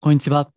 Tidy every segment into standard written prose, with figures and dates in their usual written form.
こんにちは。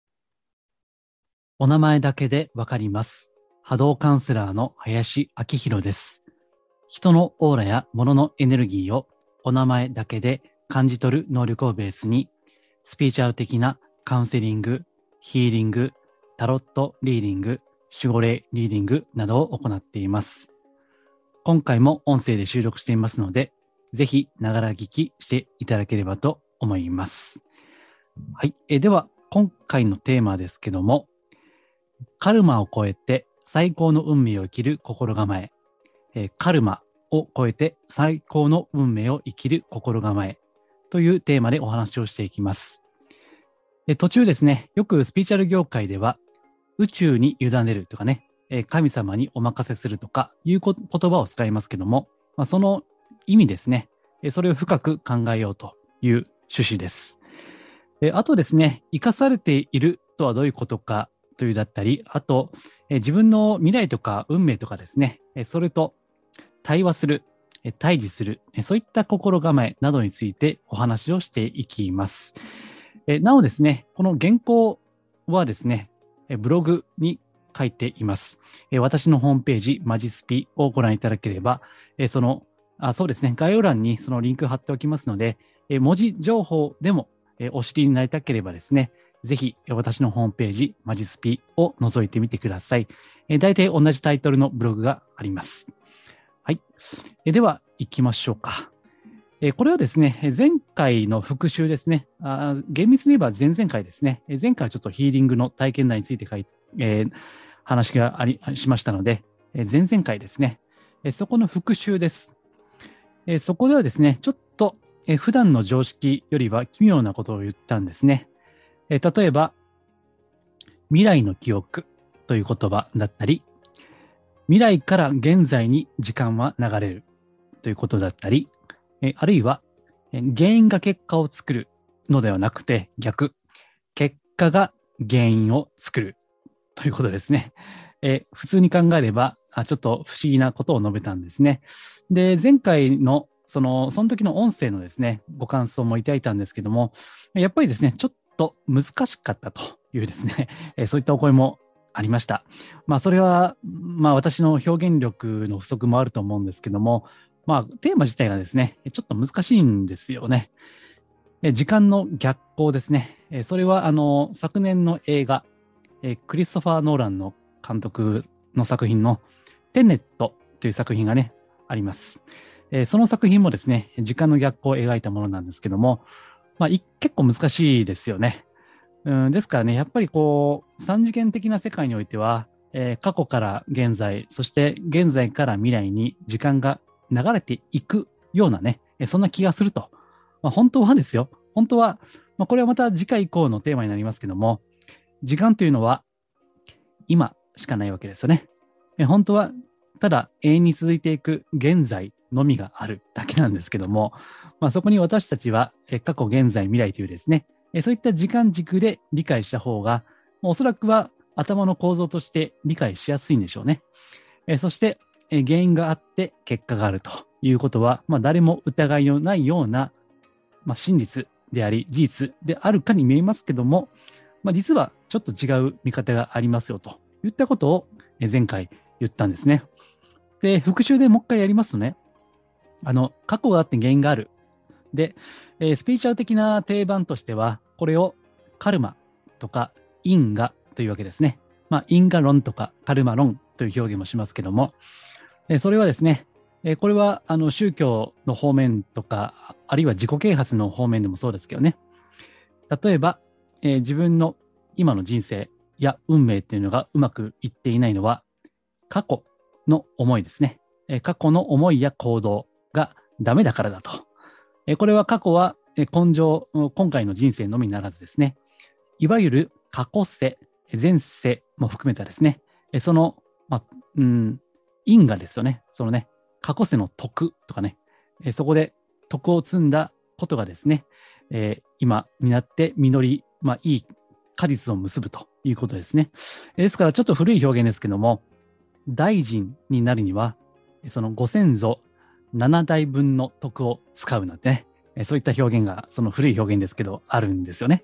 お名前だけでわかります。波動カウンセラーの林明宏です。人のオーラや物のエネルギーをお名前だけで感じ取る能力をベースに、スピーチャル的なカウンセリング、ヒーリング、タロットリーディング、守護霊リーディングなどを行っています。今回も音声で収録していますので、ぜひながら聞きしていただければと思います。はい。では、今回のテーマですけども、カルマを超えて最高の運命を生きる心構え、カルマを超えて最高の運命を生きる心構えというテーマでお話をしていきます。途中ですね、よくスピーチャル業界では宇宙に委ねるとかね、神様にお任せするとかいう言葉を使いますけども、その意味ですね、それを深く考えようという趣旨です。あとですね、生かされているとはどういうことかというだったり、あと、自分の未来とか運命とかですね、それと対話する、対峙する、そういった心構えなどについてお話をしていきます。なおですね、この原稿はですね、ブログに書いています。私のホームページ、マジスピをご覧いただければ、そうですね、概要欄にそのリンク貼っておきますので、文字情報でもお知りになりたければですね、ぜひ私のホームページ、マジスピを覗いてみてください。大体同じタイトルのブログがあります。はい。では、行きましょうか。これはですね、前回の復習ですね。厳密に言えば前々回ですね。前回はちょっとヒーリングの体験談について話がしましたので、前々回ですね。そこの復習です。そこではですね、ちょっと普段の常識よりは奇妙なことを言ったんですね。例えば、未来の記憶という言葉だったり、未来から現在に時間は流れるということだったり、あるいは、原因が結果を作るのではなくて逆、結果が原因を作るということですね。普通に考えれば、ちょっと不思議なことを述べたんですね。で、前回のその時の音声のですね、ご感想もいただいたんですけども、やっぱりですね、ちょっと難しかったというですね、そういったお声もありました。それは、私の表現力の不足もあると思うんですけども、テーマ自体がですね、ちょっと難しいんですよね。時間の逆行ですね。それは、昨年の映画、クリストファー・ノーランの監督の作品のテネットという作品がね、あります。その作品もですね、時間の逆行を描いたものなんですけども、結構難しいですよね。ですからね、やっぱりこう、三次元的な世界においては、過去から現在、そして現在から未来に時間が流れていくようなね、そんな気がすると。本当はですよ。本当は、これはまた次回以降のテーマになりますけども、時間というのは今しかないわけですよね。本当はただ永遠に続いていく現在のみがあるだけなんですけども、そこに私たちは過去、現在、未来というですね、そういった時間軸で理解した方が、おそらくは頭の構造として理解しやすいんでしょうね。そして原因があって結果があるということは、誰も疑いのないような、真実であり事実であるかに見えますけども、実はちょっと違う見方がありますよといったことを前回言ったんですね。で、復習でもう一回やりますとね、過去があって原因がある。で、スピーチャル的な定番としては、これをカルマとか因果というわけですね。因果論とかカルマ論という表現もしますけども、それはですね、これは宗教の方面とか、あるいは自己啓発の方面でもそうですけどね。例えば、自分の今の人生や運命っていうのがうまくいっていないのは、過去の思いですね。過去の思いや行動がダメだからだと。これは過去は今回の人生のみならずですね、いわゆる過去世、前世も含めたですね、その、因果ですよね。そのね、過去世の徳とかね、そこで徳を積んだことがですね、今になって実り、いい果実を結ぶということですね。ですからちょっと古い表現ですけども、大臣になるには、そのご先祖7代分の徳を使うなんてね、そういった表現が、その古い表現ですけど、あるんですよね。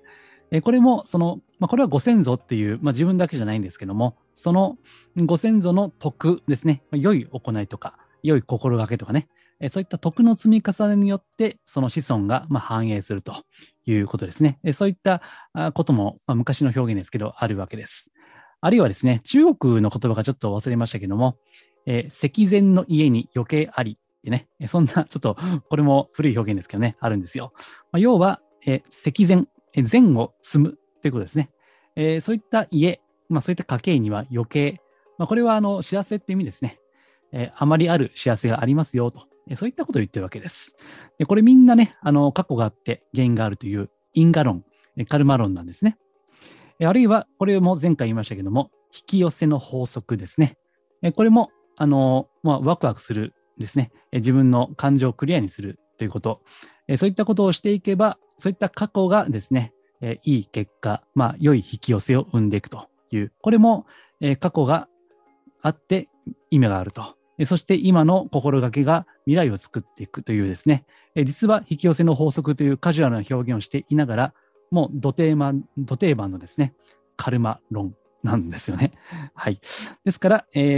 これもこれはご先祖っていう、自分だけじゃないんですけども、そのご先祖の徳ですね、良い行いとか、良い心がけとかね、そういった徳の積み重ねによって、その子孫が繁栄するということですね。そういったことも、昔の表現ですけど、あるわけです。あるいはですね、中国の言葉がちょっと忘れましたけども、積前の家に余計ありってね、そんなちょっとこれも古い表現ですけどね、あるんですよ。要は、積前、前を積むということですね。そういった家、そういった家計には余計、これは幸せって意味ですね。あまりある幸せがありますよと、そういったことを言ってるわけです。で、これみんなね、過去があって原因があるという因果論、カルマ論なんですね。あるいは、これも前回言いましたけども、引き寄せの法則ですね。これも、ワクワクするですね。自分の感情をクリアにするということ。そういったことをしていけば、そういった過去がですね、いい結果、良い引き寄せを生んでいくという、これも、過去があって意味があると。そして今の心がけが未来を作っていくというですね、実は引き寄せの法則というカジュアルな表現をしていながら、もう土定番のですね、カルマ論なんですよね。はい。ですから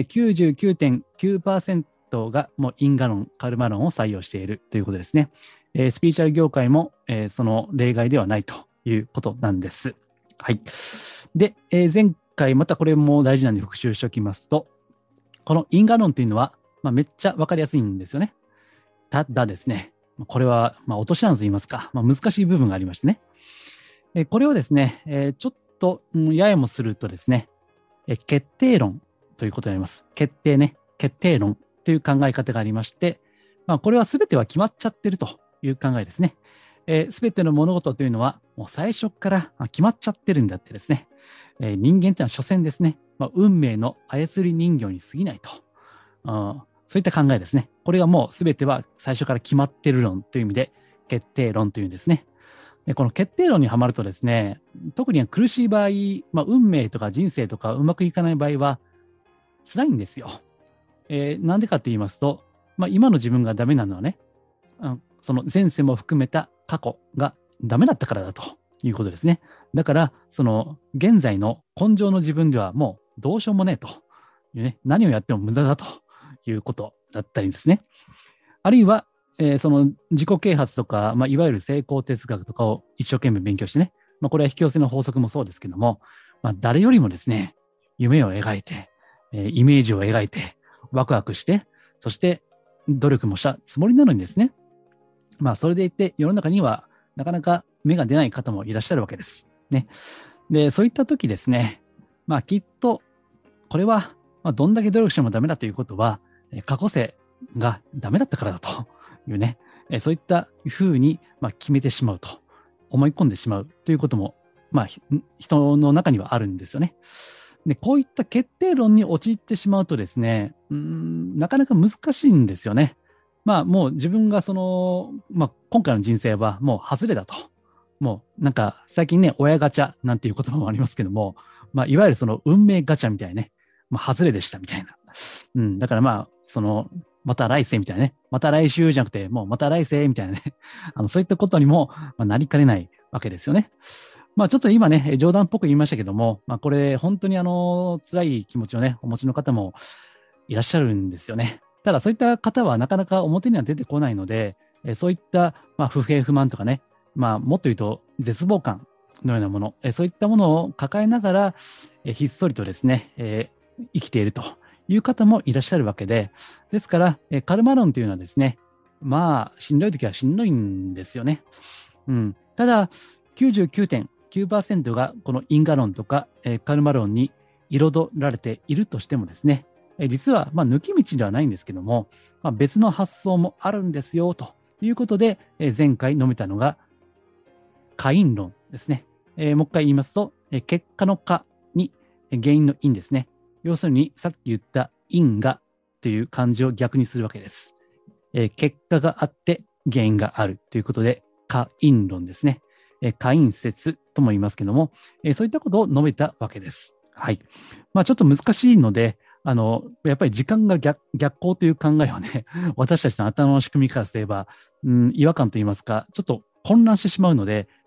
、99.9% がもう因果論、カルマ論を採用しているということですね。スピリチュアル業界も、その例外ではないということなんです。はい。で、前回またこれも大事なんで復習しておきますと、この因果論というのは、めっちゃ分かりやすいんですよね。ただですね、これは、落とし穴と言いますか、難しい部分がありましてね。これをですね、ちょっと、ややもするとですね、決定論ということになります。決定論という考え方がありまして、これは全ては決まっちゃってるという考えですね。全ての物事というのは、もう最初から決まっちゃってるんだってですね、人間というのは所詮ですね、運命の操り人形に過ぎないと。そういった考えですね。これがもう全ては最初から決まってる論という意味で、決定論というんですね。で、この決定論にはまるとですね、特に苦しい場合、運命とか人生とかうまくいかない場合は辛いんですよ。なんでかって言いますと、今の自分がダメなのはね、その前世も含めた過去がダメだったからだということですね。だから、その現在の根性の自分ではもうどうしようもねえというね、何をやっても無駄だということだったりですね。あるいは、その自己啓発とか、いわゆる成功哲学とかを一生懸命勉強してね、これは引き寄せの法則もそうですけども、誰よりもですね、夢を描いて、イメージを描いて、ワクワクして、そして努力もしたつもりなのにですね、それでいて世の中にはなかなか芽が出ない方もいらっしゃるわけです。ね。で、そういった時ですね、きっと、これは、どんだけ努力してもダメだということは、過去世がダメだったからだというね、そういったふうに決めてしまうと、思い込んでしまうということも、人の中にはあるんですよね。で、こういった決定論に陥ってしまうとですね、なかなか難しいんですよね。もう自分が今回の人生はもう外れだと。もうなんか最近ね、親ガチャなんていう言葉もありますけども、いわゆるその運命ガチャみたいなね、外れでしたみたいな。だからまた来世みたいなね、また来週じゃなくて、もうまた来世みたいなね、そういったことにもなりかねないわけですよね。ちょっと今ね、冗談っぽく言いましたけども、これ本当に辛い気持ちをね、お持ちの方もいらっしゃるんですよね。ただそういった方はなかなか表には出てこないので、そういった不平不満とかね、もっと言うと絶望感のようなもの、そういったものを抱えながら、ひっそりとですね、生きているという方もいらっしゃるわけで、ですから、カルマ論というのはですね、しんどい時はしんどいんですよね。ただ、99.9% がこの因果論とか、カルマ論に彩られているとしてもですね、実は抜き道ではないんですけども、別の発想もあるんですよということで、前回述べたのが果因論ですね。もう一回言いますと、結果の果に原因の因ですね。要するにさっき言った因果という漢字を逆にするわけです。結果があって原因があるということで、果因論ですね。果因説とも言いますけども、そういったことを述べたわけです。はい。ちょっと難しいので、やっぱり時間が逆行という考えをね、私たちの頭の仕組みからすれば、違和感といいますか、ちょっと混乱してしまうので、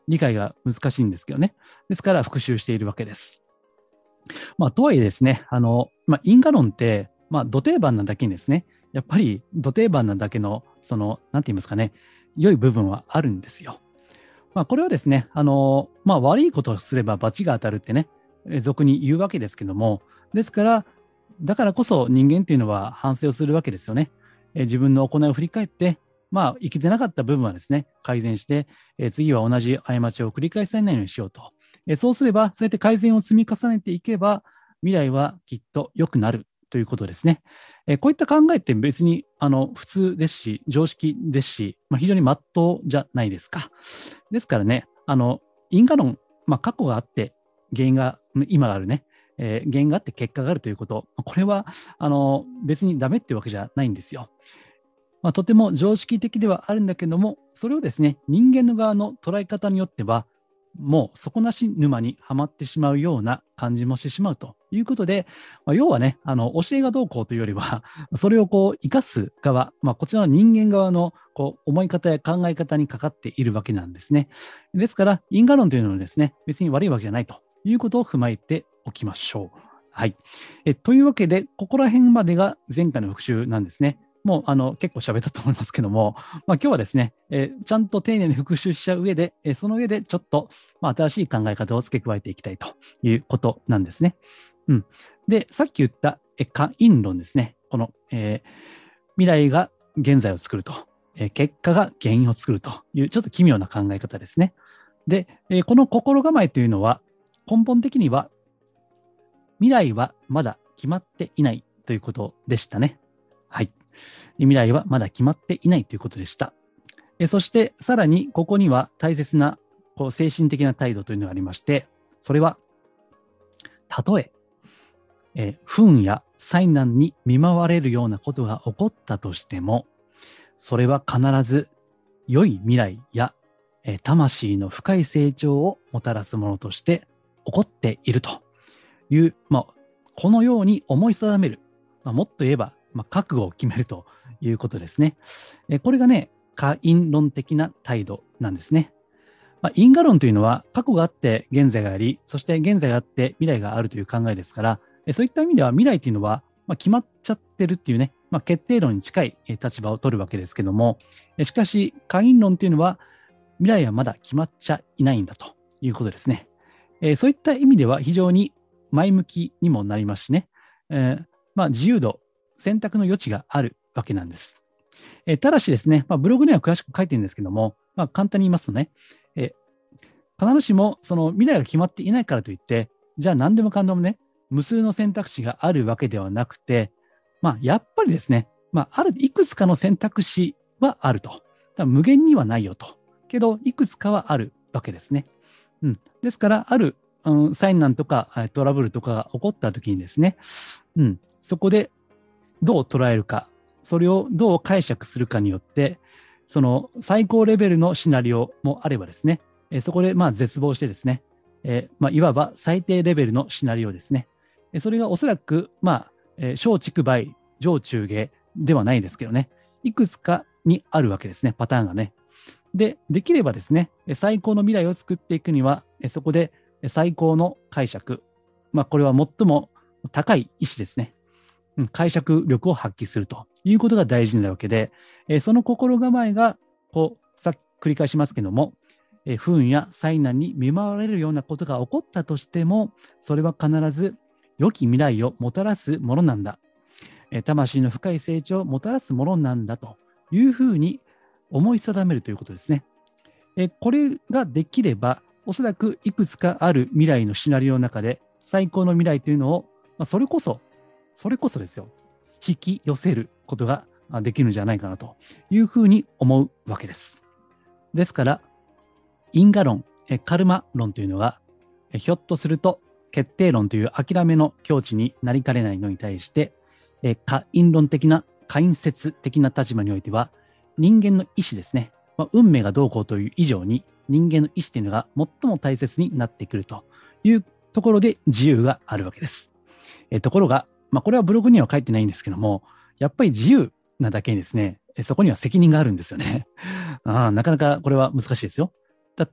理解が難しいんですけどね。ですから復習しているわけです。とはいえですね、因果論って、土定番なだけにですね、やっぱり土定番なだけの、なんて言いますかね、良い部分はあるんですよ。これはですね、悪いことをすれば罰が当たるってね、俗に言うわけですけども、ですから、だからこそ人間っていうのは反省をするわけですよね。自分の行いを振り返って、生きてなかった部分はですね、改善して、次は同じ過ちを繰り返さないようにしようと。そうすれば、そうやって改善を積み重ねていけば、未来はきっと良くなるということですね。こういった考えって別に普通ですし、常識ですし、非常に真っ当じゃないですか。ですからね、因果論、過去があって、原因が、今があるね、原因があって結果があるということ、これは別にダメっていうわけじゃないんですよ。とても常識的ではあるんだけども、それをですね、人間の側の捉え方によっては、もう底なし沼にはまってしまうような感じもしてしまうということで、要はね、教えがどうこうというよりは、それを生かす側、こちらの人間側の思い方や考え方にかかっているわけなんですね。ですから、因果論というのはですね、別に悪いわけじゃないということを踏まえておきましょう。はい。というわけで、ここら辺までが前回の復習なんですね。もう結構喋ったと思いますけども、今日はですね、ちゃんと丁寧に復習した上で、その上でちょっと、新しい考え方を付け加えていきたいということなんですね。で、さっき言った可因論ですね。この、未来が現在を作ると、結果が原因を作るというちょっと奇妙な考え方ですね。で、この心構えというのは根本的には未来はまだ決まっていないということでしたね。はい。未来はまだ決まっていないということでした。そしてさらにここには大切な精神的な態度というのがありまして、それはたとえ不運や災難に見舞われるようなことが起こったとしても、それは必ず良い未来や魂の深い成長をもたらすものとして起こっているという、このように思い定める、もっと言えば、覚悟を決めるということですね。これがね、可因論的な態度なんですね。因果論というのは過去があって現在があり、そして現在があって未来があるという考えですから、そういった意味では未来というのは決まっちゃってるっていうね、決定論に近い立場を取るわけですけども、しかし可因論というのは未来はまだ決まっちゃいないんだということですね。そういった意味では非常に前向きにもなりますしね、自由度、選択の余地があるわけなんです。ただしですね、ブログには詳しく書いてるんですけども、簡単に言いますとね、必ずしもその未来が決まっていないからといって、じゃあ何でもかんでもね、無数の選択肢があるわけではなくて、やっぱりですね、いくつかの選択肢はあると。無限にはないよと。けど、いくつかはあるわけですね。ですから、ある、災難とかトラブルとかが起こったときにですね、そこでどう捉えるか、それをどう解釈するかによって、その最高レベルのシナリオもあればですね、そこで絶望してですね、いわば最低レベルのシナリオですね。それがおそらく、小畜梅、上中下ではないですけどね、いくつかにあるわけですね、パターンがね。できればですね、最高の未来を作っていくには、そこで最高の解釈、これは最も高い意志ですね。解釈力を発揮するということが大事なわけで、その心構えが、さっき繰り返しますけども、不運や災難に見舞われるようなことが起こったとしても、それは必ず良き未来をもたらすものなんだ。魂の深い成長をもたらすものなんだというふうに思い定めるということですね。これができれば、おそらくいくつかある未来のシナリオの中で、最高の未来というのを、それこそですよ、引き寄せることができるんじゃないかなというふうに思うわけです。ですから、因果論、カルマ論というのは、ひょっとすると決定論という諦めの境地になりかねないのに対して、可因論的な、可因説的な立場においては、人間の意思ですね、運命がどうこうという以上に、人間の意思というのが最も大切になってくるというところで自由があるわけです。ところが、これはブログには書いてないんですけども、やっぱり自由なだけにですね、そこには責任があるんですよね。なかなかこれは難しいですよ。だって、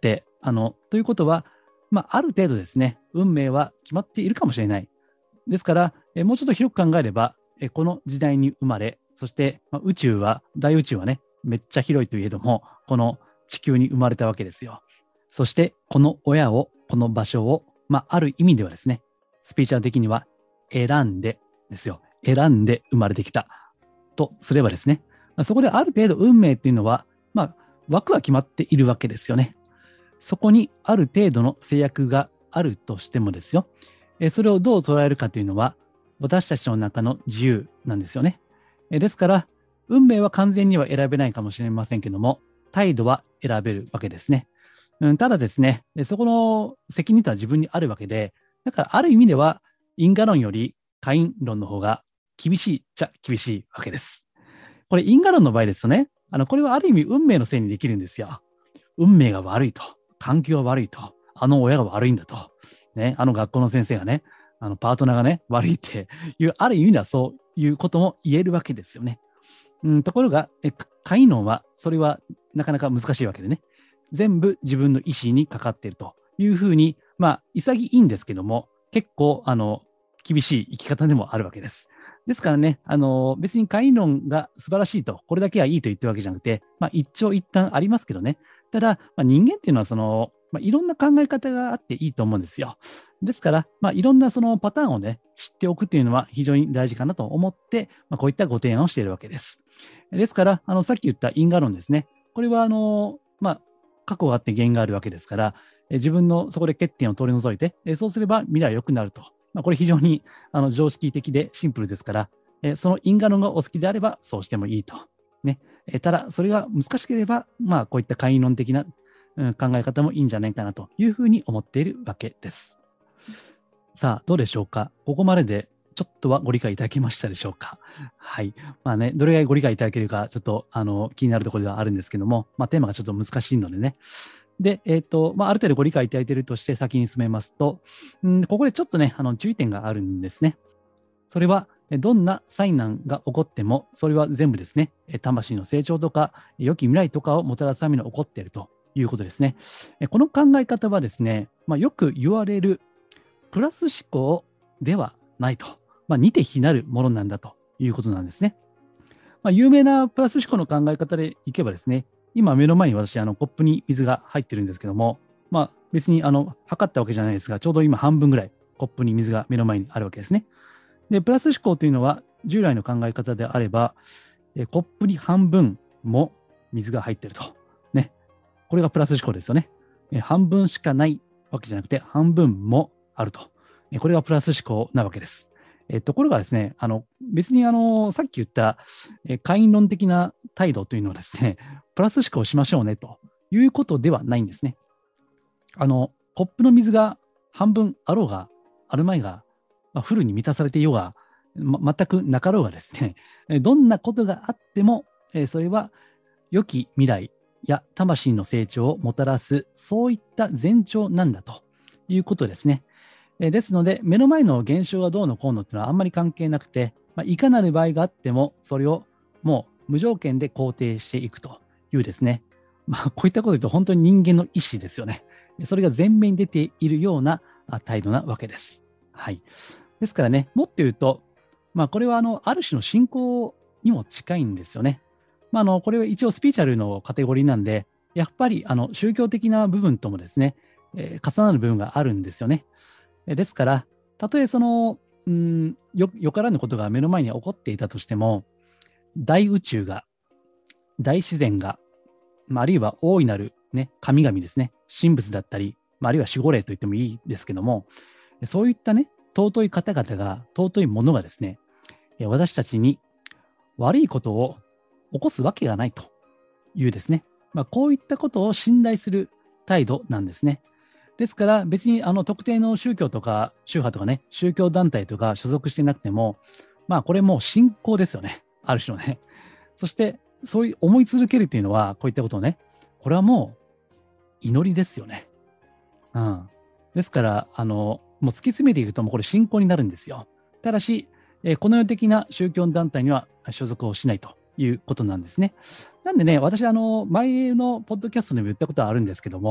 ということは、ある程度ですね、運命は決まっているかもしれない。ですから、もうちょっと広く考えれば、この時代に生まれ、そして、大宇宙はね、めっちゃ広いといえども、この地球に生まれたわけですよ。そして、この親を、この場所を、ある意味ではですね、スピーチャー的には選んでですよ。選んで生まれてきたとすればですね、そこである程度運命っていうのは、枠は決まっているわけですよね。そこにある程度の制約があるとしてもですよ、それをどう捉えるかというのは、私たちの中の自由なんですよね。ですから、運命は完全には選べないかもしれませんけども、態度は選べるわけですね。ただですね、そこの責任とは自分にあるわけで、だからある意味では、因果論より皆因論の方が厳しいっちゃ厳しいわけです。これ因果論の場合ですとね、これはある意味運命のせいにできるんですよ。運命が悪いと、環境が悪いと、親が悪いんだと、ね、学校の先生がね、パートナーがね、悪いっていう、ある意味ではそういうことも言えるわけですよね。ところが、皆因論は、それはなかなか難しいわけでね、全部自分の意思にかかっているというふうに、潔いんですけども、結構、厳しい生き方でもあるわけです。ですからね、別に皆因論が素晴らしいと、これだけはいいと言ってるわけじゃなくて、一長一短ありますけどね、ただ、人間っていうのはいろんな考え方があっていいと思うんですよ。ですから、いろんなそのパターンをね、知っておくというのは非常に大事かなと思って、こういったご提案をしているわけです。ですから、さっき言った因果論ですね。これは、過去があって原因があるわけですから、自分のそこで欠点を取り除いて、そうすれば未来は良くなると。これ非常に常識的でシンプルですから、その因果論がお好きであればそうしてもいいと。ね。ただ、それが難しければ、こういった皆因論的な、考え方もいいんじゃないかなというふうに思っているわけです。さあ、どうでしょうか。ここまででちょっとはご理解いただけましたでしょうか。はい。どれぐらいご理解いただけるか、ちょっと気になるところではあるんですけども、テーマがちょっと難しいのでね。で、ある程度ご理解いただいているとして先に進めますと、ここでちょっとね、注意点があるんですね。それは、どんな災難が起こっても、それは全部ですね、魂の成長とか、良き未来とかをもたらすために起こっているということですね。この考え方はですね、よく言われるプラス思考ではないと、似て非なるものなんだということなんですね。有名なプラス思考の考え方でいけばですね、今目の前に私、コップに水が入ってるんですけども、別に測ったわけじゃないですが、ちょうど今半分ぐらいコップに水が目の前にあるわけですね。で、プラス思考というのは従来の考え方であれば、コップに半分も水が入ってると。ね。これがプラス思考ですよね。半分しかないわけじゃなくて、半分もあると。これがプラス思考なわけです。ところがですね、別にさっき言った、皆因論的な態度というのはですね、プラス思考しましょうねということではないんですね。コップの水が半分あろうが、あるまいが、フルに満たされていようが、全くなかろうがですね、どんなことがあっても、それは良き未来や魂の成長をもたらす、そういった前兆なんだということですね。ですので、目の前の現象がどうのこうのっていうのはあんまり関係なくて、いかなる場合があっても、それをもう無条件で肯定していくというですね、こういったことを言うと本当に人間の意思ですよね。それが前面に出ているような態度なわけです。はい。ですからね、もっと言うと、これはある種の信仰にも近いんですよね。これは一応スピーチャルのカテゴリーなんで、やっぱり宗教的な部分ともですね、重なる部分があるんですよね。ですから、たとえよからぬことが目の前に起こっていたとしても、大宇宙が、大自然が、あるいは大いなる、ね、神々ですね、神仏だったり、あるいは守護霊と言ってもいいですけども、そういったね、尊い方々が、尊いものがですね、私たちに悪いことを起こすわけがないというですね、こういったことを信頼する態度なんですね。ですから別に特定の宗教とか宗派とかね、宗教団体とか所属してなくても、これもう信仰ですよね。ある種のね。そしてそういう思い続けるというのは、こういったことをね、これはもう祈りですよね。ですから、もう突き詰めていくと、もうこれ信仰になるんですよ。ただし、この世的な宗教団体には所属をしないということなんですね。なんでね、私、前のポッドキャストでも言ったことはあるんですけども、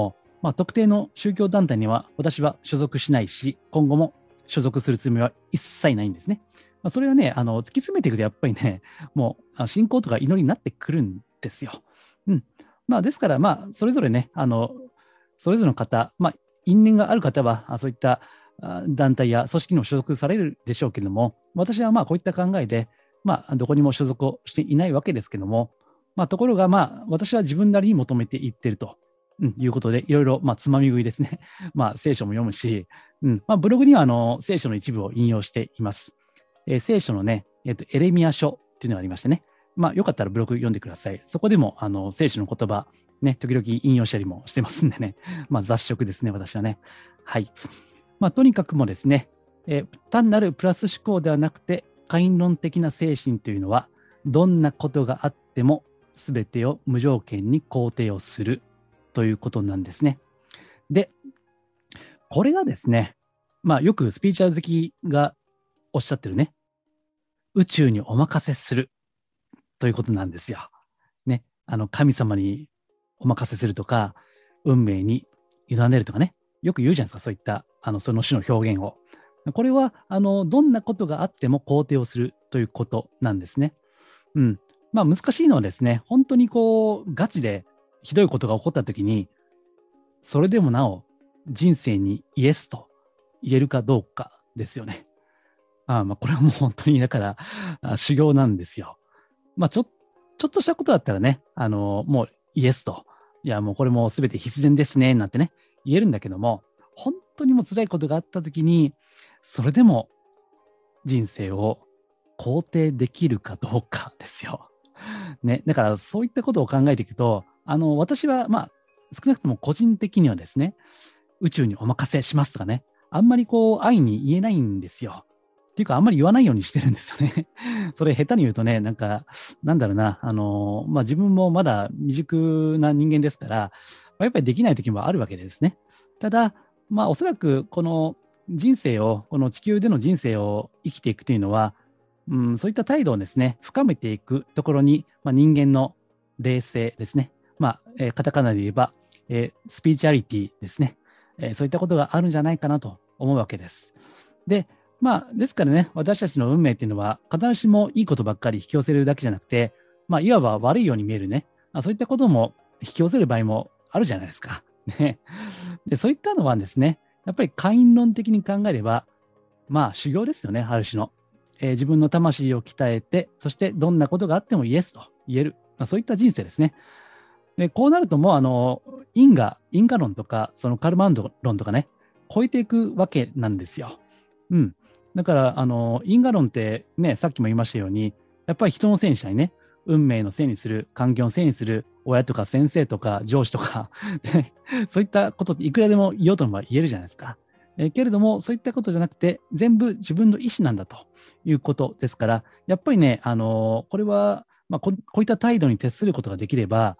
特定の宗教団体には私は所属しないし、今後も所属するつもりは一切ないんですね。それはね、突き詰めていくとやっぱりね、もう信仰とか祈りになってくるんですよ。ですから、それぞれね、それぞれの方、因縁がある方は、そういった団体や組織にも所属されるでしょうけれども、私はこういった考えで、どこにも所属をしていないわけですけども、ところが、私は自分なりに求めていっているということで、いろいろ、つまみ食いですね。聖書も読むし、ブログには聖書の一部を引用しています。聖書のね、エレミヤ書っていうのがありましてね、よかったらブログ読んでください。そこでも聖書の言葉、ね、時々引用したりもしてますんでね、雑食ですね、私はね。はい。とにかくもですね、単なるプラス思考ではなくて、懐論的な精神というのは、どんなことがあっても、すべてを無条件に肯定をするということなんですね。で、これがですね、よくスピーチュアル好きがおっしゃってるね、宇宙にお任せするということなんですよ。ね、神様にお任せするとか、運命に委ねるとかね、よく言うじゃないですか、そういったその種の表現を。これはどんなことがあっても肯定をするということなんですね。難しいのはですね、本当にガチでひどいことが起こったときに、それでもなお人生にイエスと言えるかどうかですよね。これはもう本当にだから修行なんですよ。ちょっとしたことだったらね、もうイエスと、いやもうこれも全て必然ですね、なんてね、言えるんだけども、本当にも辛いことがあったときに、それでも人生を肯定できるかどうかですよ。ね、だからそういったことを考えていくと、私は少なくとも個人的にはですね、宇宙にお任せしますとかね、あんまり安易に言えないんですよ。っていうか、あんまり言わないようにしてるんですよね。それ下手に言うとね、なんだろうな、自分もまだ未熟な人間ですから、やっぱりできない時もあるわけですね。ただ、おそらくこの人生を、この地球での人生を生きていくというのは、そういった態度をですね、深めていくところに、人間の冷静ですね。カタカナで言えば、スピリチュアリティですね。そういったことがあるんじゃないかなと思うわけです。で、ですからね、私たちの運命っていうのは、必ずしもいいことばっかり引き寄せるだけじゃなくて、いわば悪いように見えるね、そういったことも引き寄せる場合もあるじゃないですか。ね、でそういったのはですね、やっぱり懐論的に考えれば、修行ですよね、ある種の。自分の魂を鍛えて、そしてどんなことがあってもイエスと言える、そういった人生ですね。でこうなるともう因果論とか、そのカルマンド論とかね、超えていくわけなんですよ。だから因果論ってね、さっきも言いましたように、やっぱり人のせいにしたりね、運命のせいにする、環境のせいにする、親とか先生とか上司とかそういったことっていくらでも言おうと思えば言えるじゃないですか。けれども、そういったことじゃなくて、全部自分の意思なんだということですから、やっぱりね、これは、こういった態度に徹することができれば、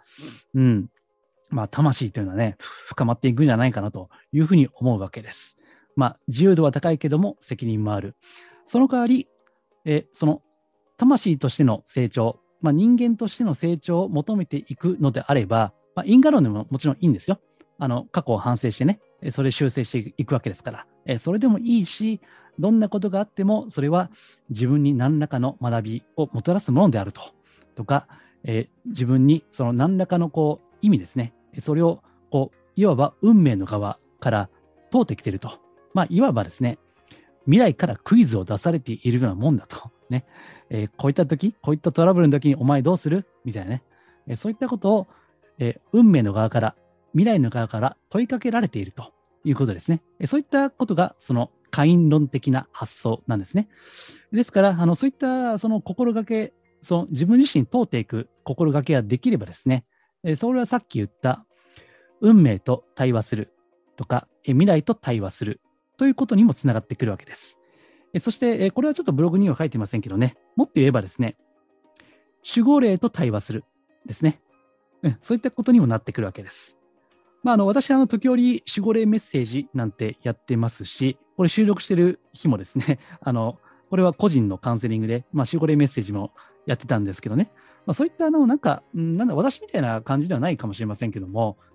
魂というのはね、深まっていくんじゃないかなというふうに思うわけです。自由度は高いけども、責任もある。その代わり、その魂としての成長、人間としての成長を求めていくのであれば、因果論でももちろんいいんですよ。過去を反省してね、それ修正していくわけですから、それでもいいし、どんなことがあっても、それは自分に何らかの学びをもたらすものであるとか、自分にその何らかの意味ですね、それをいわば運命の側から通ってきていると。いわばですね、未来からクイズを出されているようなもんだと。ねこういった時、こういったトラブルの時にお前どうするみたいなね、そういったことを、運命の側から、未来の側から問いかけられているということですね。そういったことがその懐論的な発想なんですね。ですから、そういったその心がけ、その自分自身に通っていく心がけができればですね、それはさっき言った運命と対話するとか、未来と対話するということにもつながってくるわけです。そして、これはちょっとブログには書いてませんけどね、もっと言えばですね、守護霊と対話するですね。そういったことにもなってくるわけです。私、時折、守護霊メッセージなんてやってますし、これ収録してる日もですね、これは個人のカウンセリングで、守護霊メッセージもやってたんですけどね、そういった私みたいな感じではないかもしれませんけども、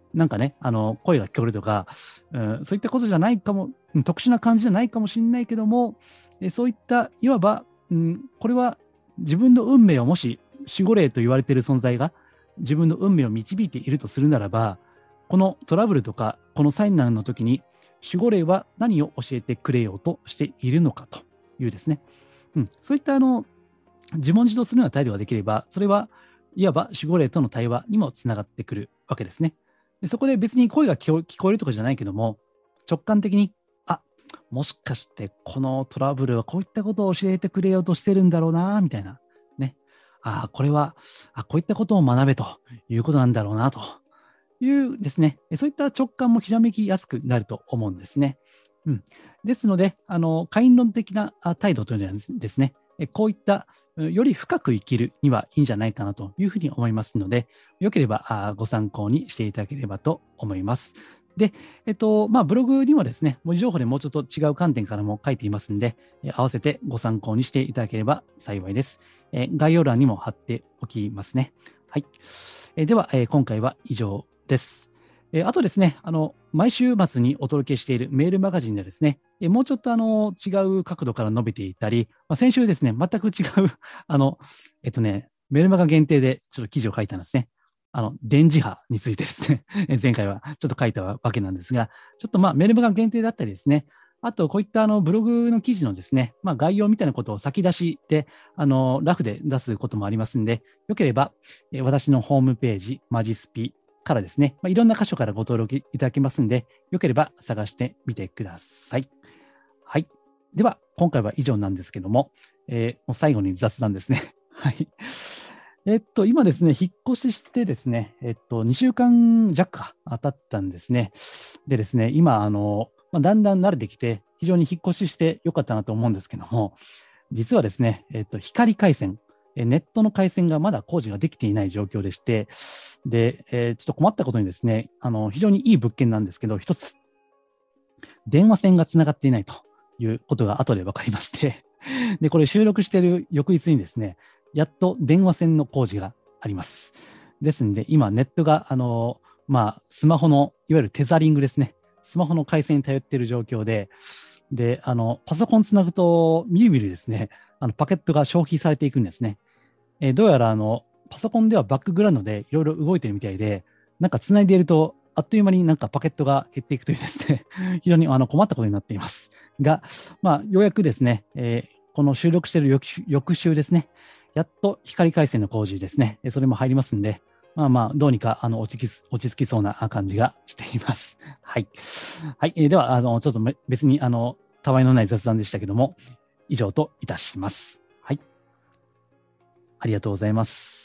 なんかね、声が聞こえるとか、そういったことじゃないかも、特殊な感じじゃないかもしれないけども、そういった、いわば、これは自分の運命をもし守護霊と言われている存在が自分の運命を導いているとするならば、このトラブルとか、この災難の時に、守護霊は何を教えてくれようとしているのかというですね、そういった自問自答するような態度ができれば、それはいわば守護霊との対話にもつながってくるわけですね。でそこで別に声が聞こえるとかじゃないけども、直感的に、もしかしてこのトラブルはこういったことを教えてくれようとしてるんだろうな、みたいな。ね。これは、こういったことを学べということなんだろうな、というですね、そういった直感もひらめきやすくなると思うんですね。ですので、開運論的な態度というのはですね、こういったより深く生きるにはいいんじゃないかなというふうに思いますので、よければご参考にしていただければと思います。で、ブログにもですね、文字情報でもうちょっと違う観点からも書いていますので、合わせてご参考にしていただければ幸いです。概要欄にも貼っておきますね。はい。では、今回は以上です。あとですね、毎週末にお届けしているメールマガジンでですね、もうちょっと違う角度から述べていたり、先週ですね、全く違うメールマガ限定でちょっと記事を書いたんですね。電磁波についてですね、前回はちょっと書いたわけなんですが、ちょっとメールマガ限定だったりですね、あとこういったブログの記事のですね、概要みたいなことを先出しで、ラフで出すこともありますんで、よければ、私のホームページ、マジスピからですね、いろんな箇所からご登録いただけますんで、よければ探してみてください。はい。では、今回は以上なんですけども、もう最後に雑談ですね。はい。今ですね、引っ越ししてですね、2週間弱経ったんですね。でですね、今、だんだん慣れてきて、非常に引っ越ししてよかったなと思うんですけども、実はですね、光回線、ネットの回線がまだ工事ができていない状況でして、で、ちょっと困ったことにですね、非常にいい物件なんですけど、一つ、電話線がつながっていないということが後で分かりまして、で、これ収録している翌日にですね、やっと電話線の工事があります。ですので、今、ネットが、スマホの、いわゆるテザリングですね、スマホの回線に頼っている状況で、パソコンつなぐと、みるみるですね、パケットが消費されていくんですね。どうやら、パソコンではバックグラウンドでいろいろ動いてるみたいで、なんかつないでいると、あっという間になんかパケットが減っていくというですね、非常に困ったことになっています。が、ようやくですね、この収録している翌週ですね、やっと光回線の工事ですね、それも入りますんで、どうにか落ち着きそうな感じがしています。はい。はい。では、ちょっと別に、たわいのない雑談でしたけども、以上といたします。はい。ありがとうございます。